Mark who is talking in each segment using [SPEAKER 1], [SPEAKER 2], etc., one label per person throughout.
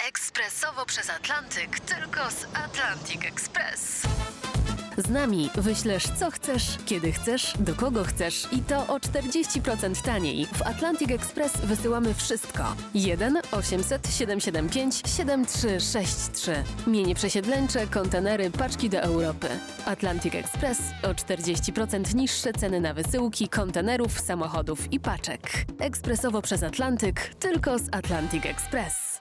[SPEAKER 1] Ekspresowo przez Atlantyk, tylko z Atlantic Express.
[SPEAKER 2] Z nami wyślesz co chcesz, kiedy chcesz, do kogo chcesz i to o 40% taniej. W Atlantic Express wysyłamy wszystko. 1 800 775 7363. Mienie przesiedleńcze, kontenery, paczki do Europy. Atlantic Express o 40% niższe ceny na wysyłki, kontenerów, samochodów i paczek. Ekspresowo przez Atlantyk, tylko z Atlantic Express.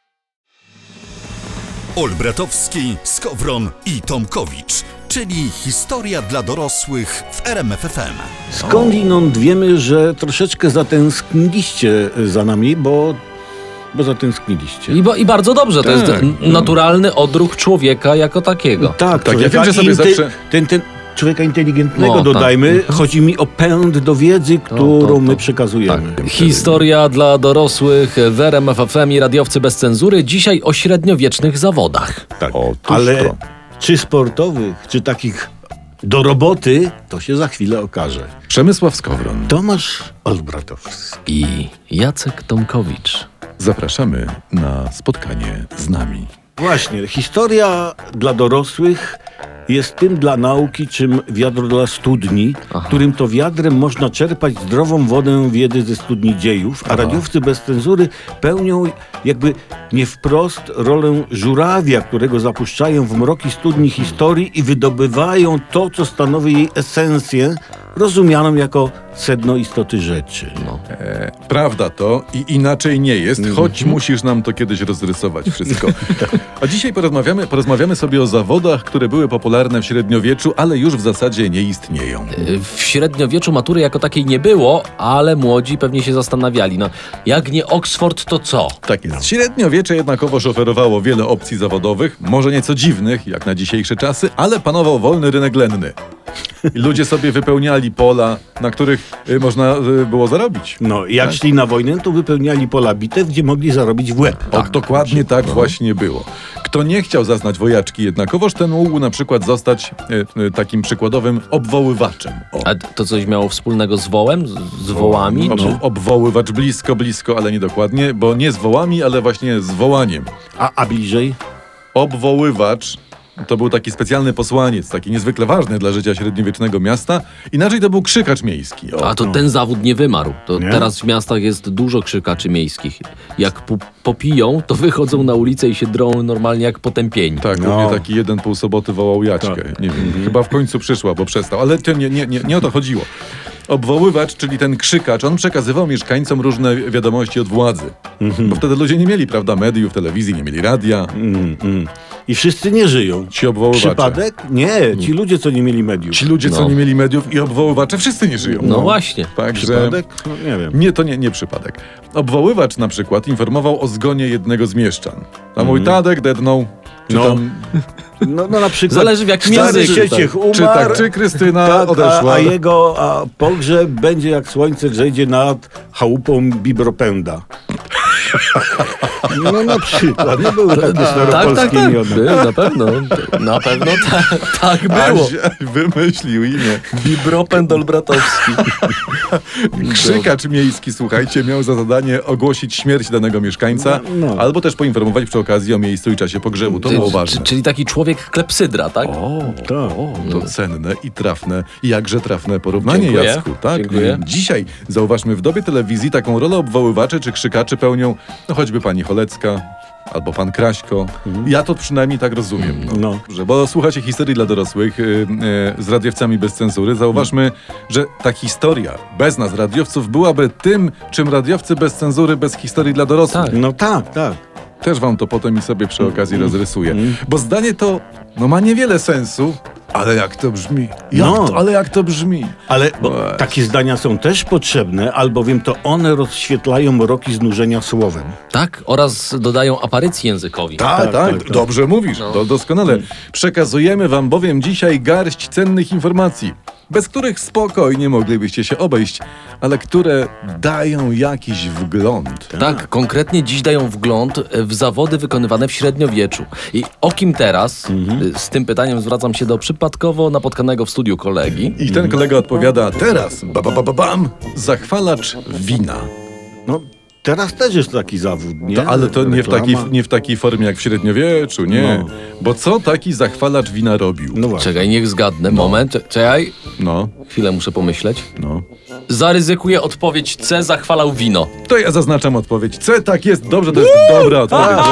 [SPEAKER 3] Olbratowski, Skowron i Tomkowicz, czyli historia dla dorosłych w RMF FM.
[SPEAKER 4] Skądinąd wiemy, że troszeczkę zatęskniliście za nami, bo zatęskniliście.
[SPEAKER 5] I bardzo dobrze, to jest
[SPEAKER 4] Tak.
[SPEAKER 5] naturalny odruch człowieka jako takiego.
[SPEAKER 4] Tak,
[SPEAKER 6] ja wiem, że sobie zawsze...
[SPEAKER 4] Ten człowieka inteligentnego
[SPEAKER 5] No,
[SPEAKER 4] dodajmy.
[SPEAKER 5] tak.
[SPEAKER 4] Chodzi mi o pęd do wiedzy, którą my przekazujemy.
[SPEAKER 5] Tak. Historia dla dorosłych w RMF FM i radiowcy bez cenzury. Dzisiaj o średniowiecznych zawodach.
[SPEAKER 4] Tak.
[SPEAKER 6] Otóż
[SPEAKER 4] Ale
[SPEAKER 6] to.
[SPEAKER 4] czy sportowych, czy takich do roboty, to się za chwilę okaże.
[SPEAKER 6] Przemysław Skowron.
[SPEAKER 4] Tomasz Olbratowski.
[SPEAKER 5] I Jacek Tomkowicz.
[SPEAKER 6] Zapraszamy na spotkanie z nami.
[SPEAKER 4] Właśnie, historia dla dorosłych jest tym dla nauki, czym wiadro dla studni, którym to wiadrem można czerpać zdrową wodę wiedzy ze studni dziejów, a radiowcy bez cenzury pełnią jakby nie wprost rolę żurawia, którego zapuszczają w mroki studni historii i wydobywają to, co stanowi jej esencję, rozumianą jako sedno istoty rzeczy.
[SPEAKER 6] Prawda to i inaczej nie jest, choć musisz nam to kiedyś rozrysować wszystko. A dzisiaj porozmawiamy sobie o zawodach, które były popularne w średniowieczu, ale już w zasadzie nie istnieją.
[SPEAKER 5] W średniowieczu matury jako takiej nie było, ale młodzi pewnie się zastanawiali. No, jak nie Oxford, to co?
[SPEAKER 6] Tak jest. Średniowiecze jednakowoż oferowało wiele opcji zawodowych, może nieco dziwnych, jak na dzisiejsze czasy, ale panował wolny rynek lenny. I ludzie sobie wypełniali pola, na których można było zarobić.
[SPEAKER 4] No, jak szli na wojnę, to wypełniali pola bitew, gdzie mogli zarobić w łeb.
[SPEAKER 6] Dokładnie tak właśnie było. Kto nie chciał zaznać wojaczki jednakowoż, ten mógł na przykład zostać takim przykładowym obwoływaczem.
[SPEAKER 5] A to coś miało wspólnego z wołem? Z wołami?
[SPEAKER 6] Obwoływacz blisko, ale nie dokładnie, bo nie z wołami, ale właśnie z wołaniem.
[SPEAKER 4] A bliżej?
[SPEAKER 6] Obwoływacz to był taki specjalny posłaniec, taki niezwykle ważny dla życia średniowiecznego miasta. Inaczej to był krzykacz miejski.
[SPEAKER 5] A to ten zawód nie wymarł. To
[SPEAKER 4] Nie?
[SPEAKER 5] teraz w miastach jest dużo krzykaczy miejskich. Jak popiją, to wychodzą na ulicę i się drą normalnie jak potępieni.
[SPEAKER 6] Tak, pewnie taki jeden pół soboty wołał Jaćkę.
[SPEAKER 4] Tak.
[SPEAKER 6] Nie wiem, chyba w końcu przyszła, bo przestał. Ale to nie o to chodziło. Obwoływacz, czyli ten krzykacz, on przekazywał mieszkańcom różne wiadomości od władzy. Bo wtedy ludzie nie mieli, prawda, mediów, telewizji, nie mieli radia.
[SPEAKER 4] I wszyscy nie żyją.
[SPEAKER 6] Ci obwoływacze.
[SPEAKER 4] Przypadek? Nie, ci ludzie, co nie mieli mediów.
[SPEAKER 6] Ci ludzie, co nie mieli mediów i obwoływacze, wszyscy nie żyją.
[SPEAKER 5] No właśnie.
[SPEAKER 6] Także...
[SPEAKER 4] Przypadek? No, nie wiem.
[SPEAKER 6] Nie przypadek. Obwoływacz na przykład informował o zgonie jednego z mieszczan. A mój Tadek dednął, czy
[SPEAKER 4] No.
[SPEAKER 6] tam...
[SPEAKER 4] No na przykład
[SPEAKER 5] Zależy w jakim
[SPEAKER 4] stary
[SPEAKER 5] języku,
[SPEAKER 4] Sieciech umarł,
[SPEAKER 6] Czy Krystyna
[SPEAKER 4] tak,
[SPEAKER 6] odeszła.
[SPEAKER 4] a jego pogrzeb będzie jak słońce grzejdzie nad chałupą Bibropęda. No na przykład, nie były takie staropolskie imiona.
[SPEAKER 5] Był, na pewno tak było.
[SPEAKER 6] Aś wymyślił imię.
[SPEAKER 5] Bibropęd Olbratowski.
[SPEAKER 6] Krzykacz miejski, słuchajcie, miał za zadanie ogłosić śmierć danego mieszkańca,
[SPEAKER 4] No.
[SPEAKER 6] albo też poinformować przy okazji o miejscu i czasie pogrzebu. To było ważne.
[SPEAKER 5] Czyli taki człowiek klepsydra, tak?
[SPEAKER 6] To cenne i trafne, i jakże trafne porównanie,
[SPEAKER 5] Dziękuję.
[SPEAKER 6] Jacku. Tak?
[SPEAKER 5] Dziękuję.
[SPEAKER 6] Dzisiaj, zauważmy, w dobie telewizji taką rolę obwoływaczy czy krzykaczy pełnią choćby pani Cholecka, albo pan Kraśko. Ja to przynajmniej tak rozumiem.
[SPEAKER 4] No.
[SPEAKER 6] Dobrze, bo słuchacie historii dla dorosłych z radiowcami bez cenzury. Zauważmy, że ta historia bez nas, radiowców, byłaby tym, czym radiowcy bez cenzury, bez historii dla dorosłych.
[SPEAKER 5] Tak.
[SPEAKER 4] No tak.
[SPEAKER 6] Też wam to potem i sobie przy okazji rozrysuję. Bo zdanie to ma niewiele sensu, ale jak to brzmi. Jak to brzmi.
[SPEAKER 4] Ale takie zdania są też potrzebne, albowiem to one rozświetlają mroki znużenia słowem.
[SPEAKER 5] Tak, oraz dodają aparycji językowi.
[SPEAKER 6] Tak, dobrze mówisz. To doskonale. Przekazujemy wam bowiem dzisiaj garść cennych informacji, bez których spokojnie moglibyście się obejść, ale które dają jakiś wgląd.
[SPEAKER 5] Tak, konkretnie dziś dają wgląd w zawody wykonywane w średniowieczu. I o kim teraz? Z tym pytaniem zwracam się do przypadkowo napotkanego w studiu kolegi.
[SPEAKER 6] I ten kolega odpowiada teraz, bam, zachwalacz wina.
[SPEAKER 4] No, Teraz też jest taki zawód, nie?
[SPEAKER 6] Ale to
[SPEAKER 4] Reklama.
[SPEAKER 6] nie w takiej formie jak w średniowieczu, nie.
[SPEAKER 4] No.
[SPEAKER 6] Bo co taki zachwalacz wina robił?
[SPEAKER 4] No właśnie.
[SPEAKER 5] Czekaj, niech zgadnę. Moment, czekaj.
[SPEAKER 6] No,
[SPEAKER 5] Chwilę muszę pomyśleć.
[SPEAKER 6] no.
[SPEAKER 5] Zaryzykuję odpowiedź C, zachwalał wino.
[SPEAKER 6] To ja zaznaczam odpowiedź C, tak jest, dobrze, to jest dobra odpowiedź.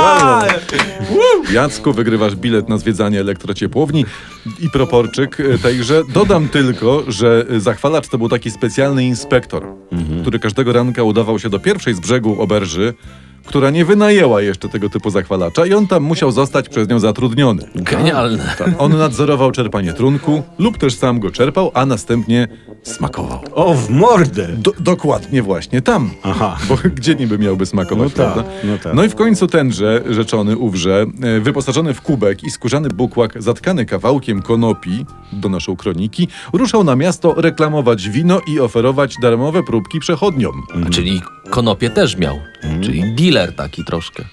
[SPEAKER 6] Jacku, wygrywasz bilet na zwiedzanie elektrociepłowni i proporczyk tejże. Dodam tylko, że zachwalacz to był taki specjalny inspektor, który każdego ranka udawał się do pierwszej z brzegu oberży, która nie wynajęła jeszcze tego typu zachwalacza i on tam musiał zostać przez nią zatrudniony.
[SPEAKER 5] Genialne.
[SPEAKER 6] On nadzorował czerpanie trunku lub też sam go czerpał, a następnie smakował.
[SPEAKER 4] O, w mordę!
[SPEAKER 6] Dokładnie właśnie tam.
[SPEAKER 4] Aha.
[SPEAKER 6] Bo gdzie niby miałby smakować,
[SPEAKER 4] No tak,
[SPEAKER 6] prawda?
[SPEAKER 4] no tak.
[SPEAKER 6] No i w końcu tenże rzeczony ówrze, wyposażony w kubek i skórzany bukłak zatkany kawałkiem konopi do naszej kroniki, ruszał na miasto reklamować wino i oferować darmowe próbki przechodniom.
[SPEAKER 5] A czyli konopie też miał. Czyli dealer taki troszkę.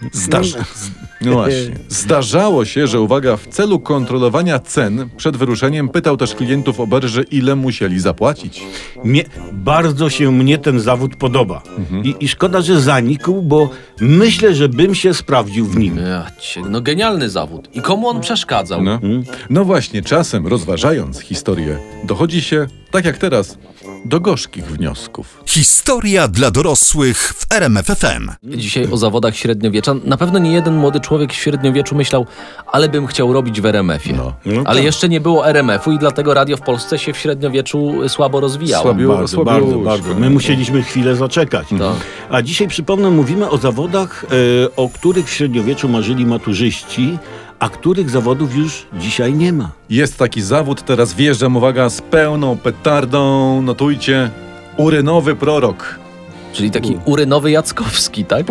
[SPEAKER 6] No właśnie. Zdarzało się, że uwaga, w celu kontrolowania cen przed wyruszeniem pytał też klientów oberży, ile musieli zapłacić.
[SPEAKER 4] Bardzo się mnie ten zawód podoba. I szkoda, że zanikł, bo myślę, że bym się sprawdził w nim.
[SPEAKER 5] No genialny zawód. I komu on przeszkadzał?
[SPEAKER 6] No właśnie, czasem rozważając historię, dochodzi się, tak jak teraz, do gorzkich wniosków.
[SPEAKER 3] Historia dla dorosłych w RMF FM.
[SPEAKER 5] Dzisiaj o zawodach średniowiecza. Na pewno nie jeden młody człowiek w średniowieczu myślał, ale bym chciał robić w RMF-ie.
[SPEAKER 6] No.
[SPEAKER 5] Ale
[SPEAKER 4] tak.
[SPEAKER 5] jeszcze nie było RMF-u i dlatego radio w Polsce się w średniowieczu słabo rozwijało.
[SPEAKER 4] Bardzo. My musieliśmy chwilę zaczekać.
[SPEAKER 5] Tak.
[SPEAKER 4] A dzisiaj, przypomnę, mówimy o zawodach, o których w średniowieczu marzyli maturzyści, a których zawodów już dzisiaj nie ma.
[SPEAKER 6] Jest taki zawód, teraz wjeżdżam, uwaga, z pełną petardą, notujcie, urynowy prorok.
[SPEAKER 5] Czyli taki urynowy Jackowski, tak?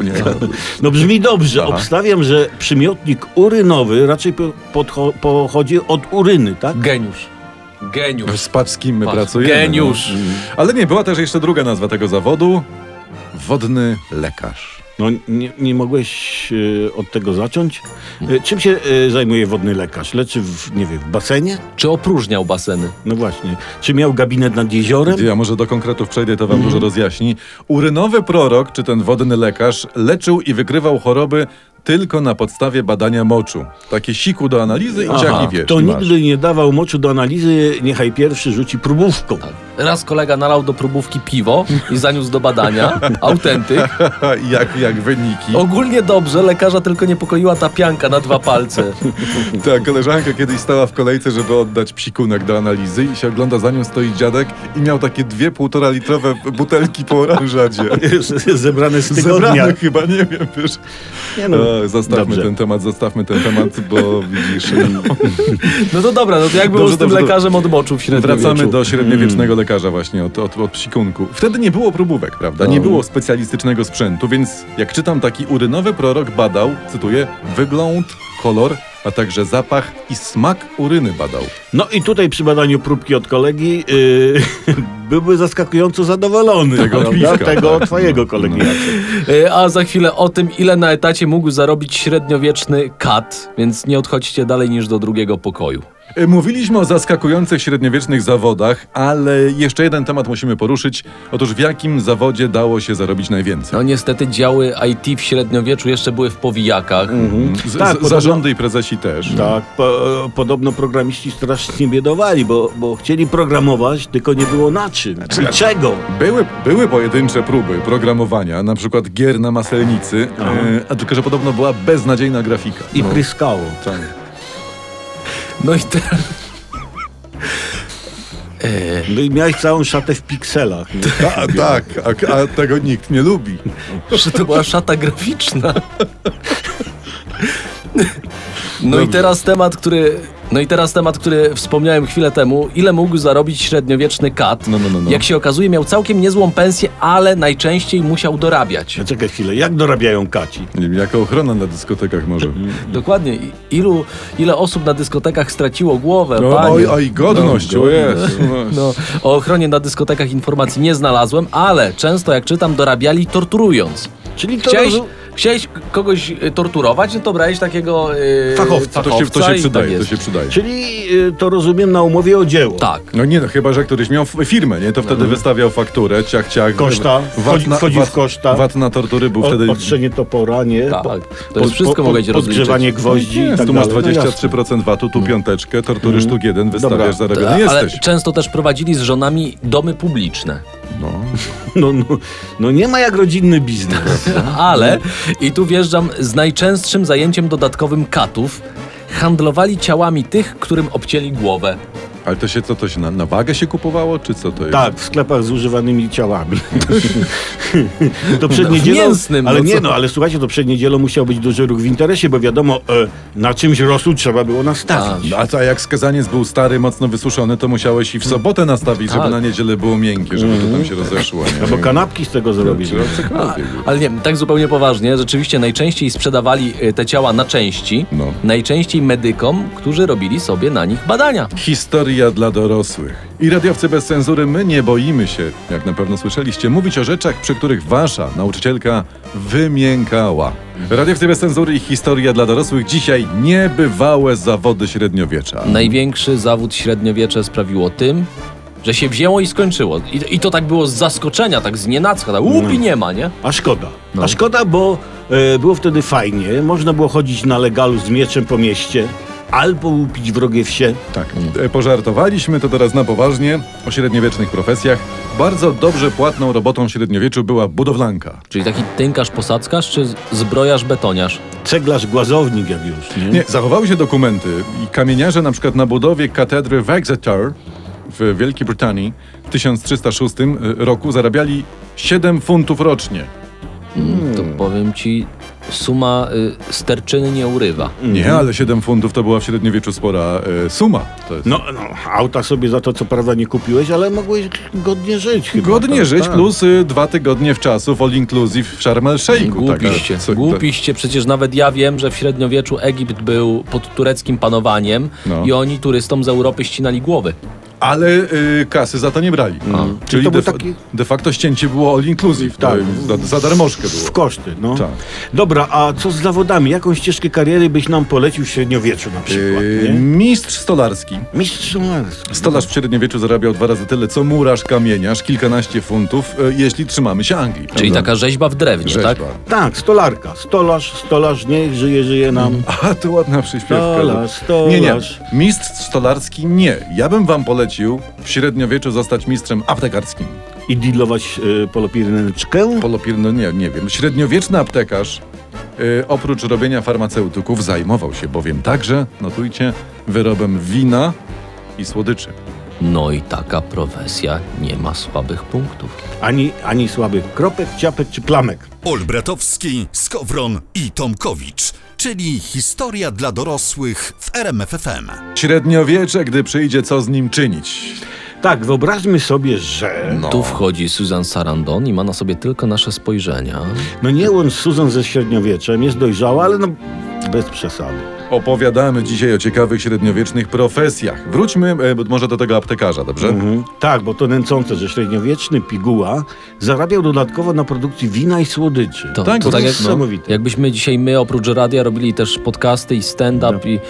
[SPEAKER 4] No brzmi dobrze.
[SPEAKER 6] Aha.
[SPEAKER 4] Obstawiam, że przymiotnik urynowy raczej pochodzi od uryny, tak?
[SPEAKER 5] Geniusz.
[SPEAKER 6] Z Paczkim my
[SPEAKER 5] Patrz,
[SPEAKER 6] pracujemy.
[SPEAKER 5] geniusz.
[SPEAKER 6] No. Ale nie, była też jeszcze druga nazwa tego zawodu. Wodny lekarz.
[SPEAKER 4] No nie mogłeś od tego zacząć? Czym się zajmuje wodny lekarz? Leczy w basenie?
[SPEAKER 5] Czy opróżniał baseny?
[SPEAKER 4] No właśnie. Czy miał gabinet nad jeziorem?
[SPEAKER 6] Ja może do konkretów przejdę, to wam dużo rozjaśni. Urynowy prorok, czy ten wodny lekarz, leczył i wykrywał choroby tylko na podstawie badania moczu. Takie siku do analizy i ciach i wiesz.
[SPEAKER 4] Kto
[SPEAKER 6] i masz.
[SPEAKER 4] nigdy nie dawał moczu do analizy, niechaj pierwszy rzuci próbówką.
[SPEAKER 5] Raz kolega nalał do próbówki piwo i zaniósł do badania. Autentyk.
[SPEAKER 6] jak wyniki.
[SPEAKER 5] Ogólnie dobrze, lekarza tylko niepokoiła ta pianka na 2 palce.
[SPEAKER 6] Ta koleżanka kiedyś stała w kolejce, żeby oddać psikunek do analizy i się ogląda, za nią stoi dziadek i miał takie 2 1,5-litrowe butelki po oranżadzie.
[SPEAKER 4] Zebrane z tygodnia.
[SPEAKER 6] Zebrane chyba, nie wiem, wiesz.
[SPEAKER 4] Nie no,
[SPEAKER 6] Zostawmy
[SPEAKER 4] dobrze.
[SPEAKER 6] zostawmy ten temat, bo widzisz.
[SPEAKER 5] No to dobra, no to jak było
[SPEAKER 6] Dobrze,
[SPEAKER 5] z tym
[SPEAKER 6] dobrze,
[SPEAKER 5] lekarzem od moczu w średniowieczu?
[SPEAKER 6] Wracamy do średniowiecznego lekarza właśnie od psikunku. Wtedy nie było próbówek, prawda? Nie było specjalistycznego sprzętu, więc jak czytam, taki urynowy prorok badał, cytuję, wygląd, kolor, a także zapach i smak uryny badał.
[SPEAKER 4] No i tutaj przy badaniu próbki od kolegi byłby zaskakująco zadowolony.
[SPEAKER 6] Tego
[SPEAKER 4] prawda?
[SPEAKER 6] piwka,
[SPEAKER 4] Tego
[SPEAKER 6] tak.
[SPEAKER 4] twojego kolegi. Jacek.
[SPEAKER 5] A za chwilę o tym, ile na etacie mógł zarobić średniowieczny kat, więc nie odchodźcie dalej niż do drugiego pokoju.
[SPEAKER 6] Mówiliśmy o zaskakujących średniowiecznych zawodach, ale jeszcze jeden temat musimy poruszyć. Otóż w jakim zawodzie dało się zarobić najwięcej?
[SPEAKER 5] No niestety działy IT w średniowieczu jeszcze były w powijakach.
[SPEAKER 4] Tak,
[SPEAKER 6] Zarządy i prezesi też.
[SPEAKER 4] Tak, podobno programiści strasznie biedowali, bo chcieli programować, tylko nie było na czym. I czego?
[SPEAKER 6] Były pojedyncze próby programowania, na przykład gier na maselnicy, a tylko że podobno była beznadziejna grafika.
[SPEAKER 4] I pryskało.
[SPEAKER 6] Tak.
[SPEAKER 5] No i teraz...
[SPEAKER 4] No i miałeś całą szatę w pikselach. Nie?
[SPEAKER 6] Tak, a tego nikt nie lubi.
[SPEAKER 5] że to była szata graficzna. No i teraz temat, który wspomniałem chwilę temu. Ile mógł zarobić średniowieczny kat?
[SPEAKER 6] No.
[SPEAKER 5] Jak się okazuje, miał całkiem niezłą pensję, ale najczęściej musiał dorabiać.
[SPEAKER 4] A czekaj chwilę, jak dorabiają kaci?
[SPEAKER 6] Nie wiem, jako ochrona na dyskotekach może.
[SPEAKER 5] Dokładnie. Ile osób na dyskotekach straciło głowę?
[SPEAKER 6] No,
[SPEAKER 5] panie?
[SPEAKER 6] oj, godność, o jest.
[SPEAKER 5] No, o ochronie na dyskotekach informacji nie znalazłem, ale często jak czytam, dorabiali torturując.
[SPEAKER 4] Czyli to
[SPEAKER 5] chciałeś kogoś torturować, no to brałeś takiego
[SPEAKER 4] Fachowca.
[SPEAKER 6] To się
[SPEAKER 5] i tak
[SPEAKER 6] przydaje,
[SPEAKER 5] jest.
[SPEAKER 6] to się przydaje.
[SPEAKER 4] Czyli to rozumiem na umowie o dzieło.
[SPEAKER 5] Tak.
[SPEAKER 6] No nie, no chyba, że któryś miał firmę, nie? To wtedy wystawiał fakturę, ciach.
[SPEAKER 4] Koszta, wchodzi w koszta.
[SPEAKER 6] VAT na tortury był wtedy...
[SPEAKER 4] Ostrzenie topora, nie?
[SPEAKER 5] Tak. To jest wszystko mogę ci rozliczyć.
[SPEAKER 4] Podgrzewanie gwoździ i
[SPEAKER 6] Jest,
[SPEAKER 4] tak
[SPEAKER 6] tu masz
[SPEAKER 4] dalej. No
[SPEAKER 6] 23% VAT-u, tu piąteczkę, tortury sztuk 1, wystawiasz, zarobiony
[SPEAKER 5] Ale
[SPEAKER 6] jesteś.
[SPEAKER 5] często też prowadzili z żonami domy publiczne.
[SPEAKER 4] No nie ma jak rodzinny biznes.
[SPEAKER 5] Ale, i tu wjeżdżam z najczęstszym zajęciem dodatkowym katów, handlowali ciałami tych, którym obcięli głowę.
[SPEAKER 6] Ale to się na wagę się kupowało, czy co to jest?
[SPEAKER 4] Tak, w sklepach z używanymi ciałami. To przed niedzielą,
[SPEAKER 5] mięsnym,
[SPEAKER 4] ale
[SPEAKER 5] no
[SPEAKER 4] nie,
[SPEAKER 5] co?
[SPEAKER 4] ale słuchajcie, to przed niedzielą musiał być duży ruch w interesie, bo wiadomo, na czymś rosół trzeba było nastawić.
[SPEAKER 6] A jak skazaniec był stary, mocno wysuszony, to musiałeś i w sobotę nastawić, żeby
[SPEAKER 5] Tak.
[SPEAKER 6] na niedzielę było miękkie, żeby to tam się rozeszło. Nie?
[SPEAKER 4] Albo kanapki z tego zrobić.
[SPEAKER 5] Ale nie, tak zupełnie poważnie, rzeczywiście najczęściej sprzedawali te ciała na części,
[SPEAKER 6] No.
[SPEAKER 5] najczęściej medykom, którzy robili sobie na nich badania.
[SPEAKER 6] Historia dla dorosłych. I radiowcy bez cenzury, my nie boimy się, jak na pewno słyszeliście, mówić o rzeczach, przy których wasza nauczycielka wymiękała. Radiowcy bez cenzury i historia dla dorosłych. Dzisiaj niebywałe zawody średniowiecza.
[SPEAKER 5] Największy zawód średniowiecze sprawiło tym, że się wzięło i skończyło. I to tak było z zaskoczenia, tak z nienacka, tak łupi nie ma, nie?
[SPEAKER 4] A szkoda. A szkoda, bo było wtedy fajnie. Można było chodzić na legalu z mieczem po mieście albo łupić wrogie wsie.
[SPEAKER 6] Tak, pożartowaliśmy, to teraz na poważnie o średniowiecznych profesjach. Bardzo dobrze płatną robotą w średniowieczu była budowlanka.
[SPEAKER 5] Czyli taki tynkarz, posadzkarz czy zbrojarz, betoniarz?
[SPEAKER 4] Ceglarz, głazownik jak już.
[SPEAKER 6] Nie, zachowały się dokumenty i kamieniarze na przykład na budowie katedry w Exeter w Wielkiej Brytanii w 1306 roku zarabiali 7 funtów rocznie.
[SPEAKER 5] To powiem ci, suma sterczyny nie urywa.
[SPEAKER 6] Nie, ale 7 funtów to była w średniowieczu spora suma. To jest
[SPEAKER 4] No, auta sobie za to co prawda nie kupiłeś, ale mogłeś godnie żyć chyba.
[SPEAKER 6] godnie
[SPEAKER 4] tak,
[SPEAKER 6] żyć,
[SPEAKER 4] tak.
[SPEAKER 6] plus 2 tygodnie w czasów all inclusive w Sharm el Sheikhu.
[SPEAKER 5] Głupiście, przecież nawet ja wiem, że w średniowieczu Egipt był pod tureckim panowaniem
[SPEAKER 6] No.
[SPEAKER 5] i oni turystom z Europy ścinali głowy.
[SPEAKER 6] Ale kasy za to nie brali. Czyli
[SPEAKER 4] to był taki-
[SPEAKER 6] de facto ścięcie było all inclusive.
[SPEAKER 4] Tak.
[SPEAKER 6] Za darmożkę było.
[SPEAKER 4] W koszty, no.
[SPEAKER 6] Tak.
[SPEAKER 4] Dobra, a co z zawodami? Jaką ścieżkę kariery byś nam polecił w średniowieczu na przykład, nie?
[SPEAKER 6] Mistrz stolarski.
[SPEAKER 4] Mistrz stolarski.
[SPEAKER 6] Stolarz w średniowieczu zarabiał 2 razy tyle, co murarz, kamieniarz, kilkanaście funtów, jeśli trzymamy się Anglii.
[SPEAKER 5] Czyli
[SPEAKER 6] prawda?
[SPEAKER 5] taka rzeźba w drewnie,
[SPEAKER 6] Rzeźba.
[SPEAKER 5] tak?
[SPEAKER 4] Tak, stolarka. Stolarz, niech żyje nam.
[SPEAKER 6] A, to ładna przyśpiewka.
[SPEAKER 4] Stolarz.
[SPEAKER 6] Nie. Mistrz stolarski nie. Ja bym wam polecił w średniowieczu zostać mistrzem aptekarskim.
[SPEAKER 4] I dealować polopiryneczkę?
[SPEAKER 6] No nie wiem. Średniowieczny aptekarz oprócz robienia farmaceutyków zajmował się bowiem także, notujcie, wyrobem wina i słodyczy.
[SPEAKER 5] No i taka profesja nie ma słabych punktów.
[SPEAKER 4] Ani słabych kropek, ciapek czy plamek.
[SPEAKER 3] Olbratowski, Skowron i Tomkowicz, czyli historia dla dorosłych w RMF FM.
[SPEAKER 6] Średniowiecze, gdy przyjdzie, co z nim czynić?
[SPEAKER 4] Tak, wyobraźmy sobie, że...
[SPEAKER 5] Tu wchodzi Susan Sarandon i ma na sobie tylko nasze spojrzenia.
[SPEAKER 4] No nie łącz Susan ze średniowieczem, jest dojrzała, ale no bez przesady.
[SPEAKER 6] Opowiadamy dzisiaj o ciekawych średniowiecznych profesjach. Wróćmy może do tego aptekarza, dobrze?
[SPEAKER 4] Tak, bo to nęcące, że średniowieczny piguła zarabiał dodatkowo na produkcji wina i słodyczy.
[SPEAKER 5] To
[SPEAKER 6] Tak,
[SPEAKER 5] tak
[SPEAKER 6] to
[SPEAKER 5] jak,
[SPEAKER 6] jest
[SPEAKER 4] niesamowite.
[SPEAKER 5] jakbyśmy dzisiaj my oprócz radia robili też podcasty i stand-up i...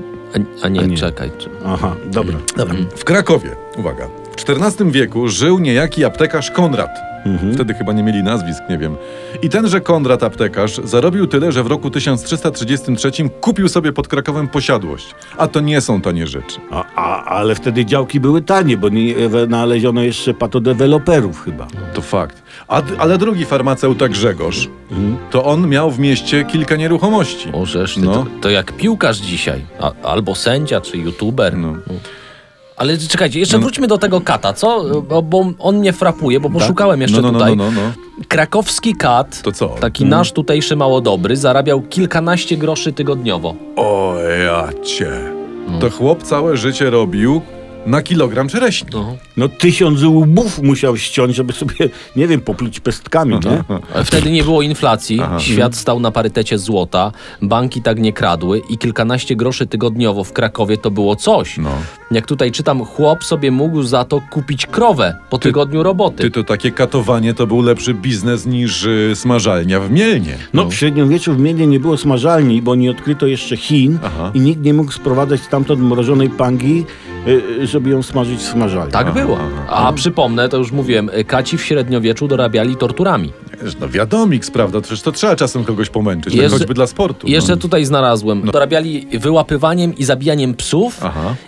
[SPEAKER 5] A nie, czekaj.
[SPEAKER 4] Aha, dobra.
[SPEAKER 6] W Krakowie, uwaga, w XIV wieku żył niejaki aptekarz Konrad. Wtedy chyba nie mieli nazwisk, nie wiem. I tenże Konrad aptekarz zarobił tyle, że w roku 1333 kupił sobie pod Krakowem posiadłość. A to nie są tanie rzeczy.
[SPEAKER 4] Ale wtedy działki były tanie, bo nie znaleziono jeszcze patodeweloperów chyba.
[SPEAKER 6] To fakt. Ale drugi farmaceuta Grzegorz, to on miał w mieście kilka nieruchomości.
[SPEAKER 5] Możesz, ty,
[SPEAKER 6] No.
[SPEAKER 5] to jak piłkarz dzisiaj. Albo sędzia, czy youtuber.
[SPEAKER 6] No.
[SPEAKER 5] Ale czekajcie, jeszcze wróćmy do tego kata, co? Bo on mnie frapuje, bo poszukałem jeszcze tutaj.
[SPEAKER 6] No.
[SPEAKER 5] Krakowski kat,
[SPEAKER 6] To co?
[SPEAKER 5] taki nasz tutejszy małodobry, zarabiał kilkanaście groszy tygodniowo.
[SPEAKER 6] O jacie. To chłop całe życie robił na kilogram czereśni.
[SPEAKER 4] No 1000 łbów musiał ściąć, żeby sobie, nie wiem, popluć pestkami, nie?
[SPEAKER 5] Wtedy nie było inflacji, świat stał na parytecie złota, banki tak nie kradły i kilkanaście groszy tygodniowo w Krakowie to było coś.
[SPEAKER 6] No.
[SPEAKER 5] Jak tutaj czytam, chłop sobie mógł za to kupić krowę po tygodniu roboty.
[SPEAKER 6] To takie katowanie to był lepszy biznes niż smażalnia w Mielnie.
[SPEAKER 4] No, w średniowieczu w Mielnie nie było smażalni, bo nie odkryto jeszcze Chin i nikt nie mógł sprowadzać stamtąd mrożonej pangi, żeby ją smażyć w smażalni.
[SPEAKER 5] Tak było. A przypomnę, to już mówiłem, kaci w średniowieczu dorabiali torturami.
[SPEAKER 6] No wiadomiks, prawda? Przecież to trzeba czasem kogoś pomęczyć, tak choćby dla sportu.
[SPEAKER 5] Jeszcze tutaj znalazłem. Dorabiali wyłapywaniem i zabijaniem psów.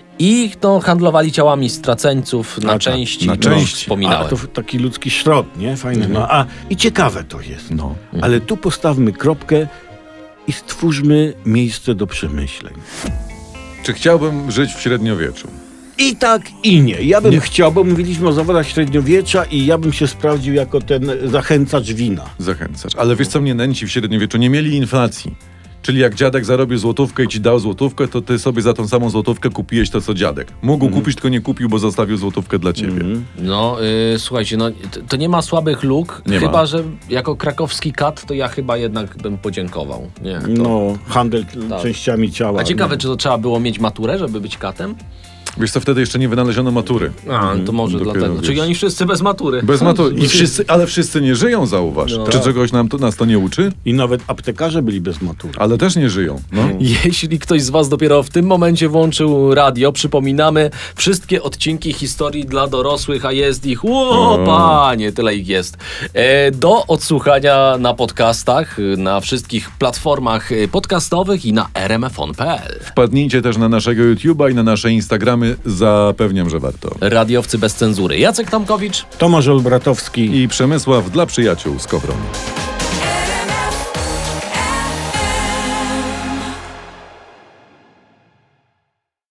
[SPEAKER 5] I handlowali ciałami straceńców na części.
[SPEAKER 6] na części.
[SPEAKER 5] Wspominałem.
[SPEAKER 4] A to taki ludzki szrot, nie? Fajne. No, i ciekawe to jest.
[SPEAKER 6] No.
[SPEAKER 4] Ale tu postawmy kropkę i stwórzmy miejsce do przemyśleń.
[SPEAKER 6] Czy chciałbym żyć w średniowieczu?
[SPEAKER 4] I tak, i nie. Ja bym chciał, bo mówiliśmy o zawodach średniowiecza i ja bym się sprawdził jako ten zachęcacz wina.
[SPEAKER 6] Zachęcasz. Ale wiesz, co mnie nęci w średniowieczu? Nie mieli inflacji. Czyli jak dziadek zarobił złotówkę i ci dał złotówkę, to ty sobie za tą samą złotówkę kupiłeś to, co dziadek. Mógł kupić, tylko nie kupił, bo zostawił złotówkę dla ciebie.
[SPEAKER 5] No, słuchajcie, no to nie ma słabych luk,
[SPEAKER 6] Nie
[SPEAKER 5] chyba
[SPEAKER 6] ma.
[SPEAKER 5] że jako krakowski kat, to ja chyba jednak bym podziękował. Nie, to...
[SPEAKER 4] No, handel częściami ciała.
[SPEAKER 5] A ciekawe,
[SPEAKER 4] no.
[SPEAKER 5] czy to trzeba było mieć maturę, żeby być katem?
[SPEAKER 6] Wiesz co, wtedy jeszcze nie wynaleziono matury.
[SPEAKER 5] To może
[SPEAKER 6] Dopiero,
[SPEAKER 5] dlatego.
[SPEAKER 6] wiesz.
[SPEAKER 5] Czyli oni wszyscy bez matury.
[SPEAKER 6] Bez matury. Ale wszyscy nie żyją, zauważ.
[SPEAKER 5] No.
[SPEAKER 6] Czy czegoś nas to nie uczy?
[SPEAKER 4] I nawet aptekarze byli bez matury.
[SPEAKER 6] Ale też nie żyją. No.
[SPEAKER 5] Jeśli ktoś z was dopiero w tym momencie włączył radio, przypominamy wszystkie odcinki historii dla dorosłych, a jest ich, panie, tyle ich jest. Do odsłuchania na podcastach, na wszystkich platformach podcastowych i na rmfon.pl.
[SPEAKER 6] Wpadnijcie też na naszego YouTube'a i na nasze Instagramy. Zapewniam, że warto.
[SPEAKER 5] Radiowcy bez cenzury. Jacek Tomkowicz.
[SPEAKER 4] Tomasz Olbratowski.
[SPEAKER 6] I Przemysław dla przyjaciół z Kowron.